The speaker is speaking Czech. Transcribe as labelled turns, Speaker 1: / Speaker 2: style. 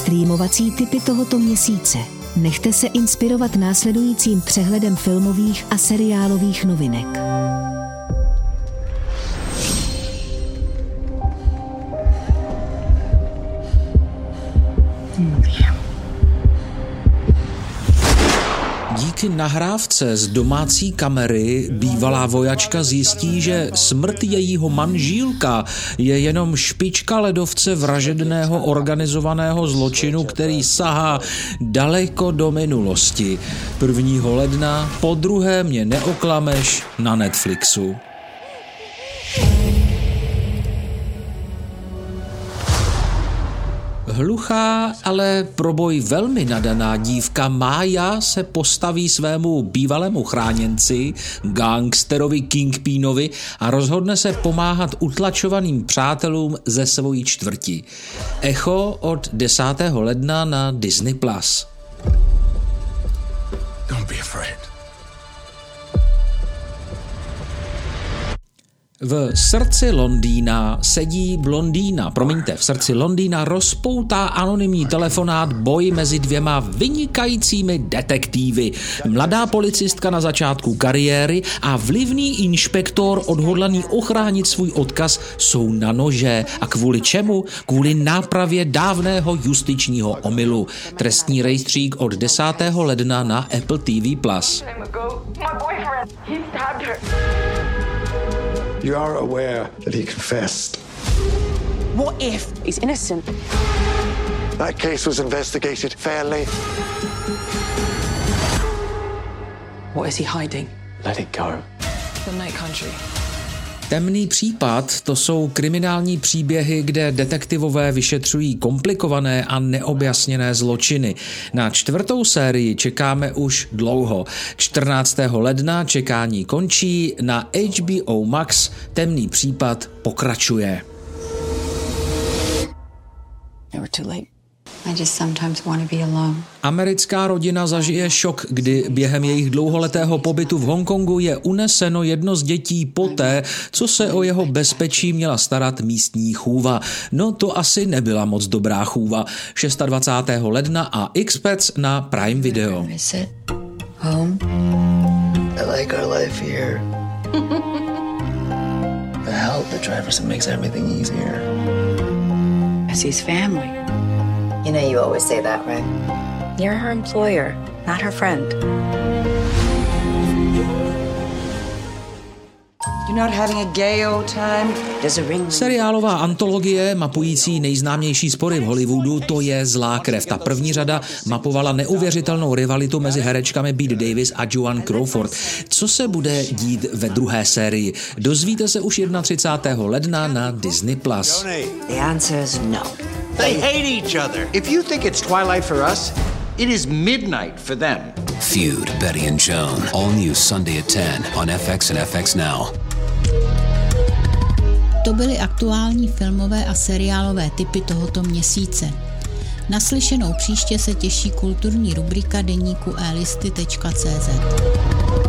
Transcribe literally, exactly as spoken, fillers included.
Speaker 1: streamovací tipy tohoto měsíce. Nechte se inspirovat následujícím přehledem filmových a seriálových novinek.
Speaker 2: Díky nahrávce z domácí kamery bývalá vojačka zjistí, že smrt jejího manžílka je jenom špička ledovce vražedného organizovaného zločinu, který sahá daleko do minulosti. prvního ledna, po druhé mě neoklameš na Netflixu. Hluchá, ale pro boj velmi nadaná dívka Mája se postaví svému bývalému chráněnci, gangsterovi Kingpinovi a rozhodne se pomáhat utlačovaným přátelům ze svojí čtvrti. Echo od desátého ledna na Disney plus.
Speaker 3: Don't be afraid.
Speaker 2: V srdci Londýna sedí blondýna, promiňte, v srdci Londýna rozpoutá anonymní telefonát boj mezi dvěma vynikajícími detektivy. Mladá policistka na začátku kariéry a vlivný inšpektor odhodlaný ochránit svůj odkaz jsou na nože. A kvůli čemu? Kvůli nápravě dávného justičního omylu. Trestní rejstřík od desátého ledna na Apple T V plus.
Speaker 3: You are aware that he confessed.
Speaker 4: What if he's innocent?
Speaker 3: That case was investigated fairly.
Speaker 4: What is he hiding?
Speaker 3: Let it go.
Speaker 4: The Night Country.
Speaker 2: Temný případ, to jsou kriminální příběhy, kde detektivové vyšetřují komplikované a neobjasněné zločiny. Na čtvrtou sérii čekáme už dlouho. čtrnáctého ledna čekání končí, na H B O Max Temný případ pokračuje.
Speaker 4: Never too late. I just sometimes want to be alone.
Speaker 2: Americká rodina zažije šok, kdy během jejich dlouholetého pobytu v Hongkongu je uneseno jedno z dětí poté, co se o jeho bezpečí měla starat místní chůva. No to asi nebyla moc dobrá chůva. dvacátého šestého ledna a Experts na Prime Video.
Speaker 4: Is it home?
Speaker 3: I like our life here. The help the drivers, it makes everything easier.
Speaker 4: I see his family.
Speaker 5: You know you always say that, right?
Speaker 4: You're her employer, not her friend. You're not having a gay old time? There's a ring.
Speaker 2: Seriálová antologie mapující nejznámější spory v Hollywoodu, to je Zlá krev. Ta první řada mapovala neuvěřitelnou rivalitu mezi herečkami Bette Davis a Joan Crawford. Co se bude dít ve druhé sérii? Dozvíte se už třicátého prvního ledna na Disney plus.
Speaker 5: The answer is no.
Speaker 6: They hate each other. If you think it's Twilight for us, it is midnight for them.
Speaker 7: Feud, Betty and Joan. All new Sunday at ten on F X and F X Now.
Speaker 8: To byly aktuální filmové a seriálové tipy tohoto měsíce. Naslyšenou příště se těší kulturní rubrika deníku e listy tečka cé zet.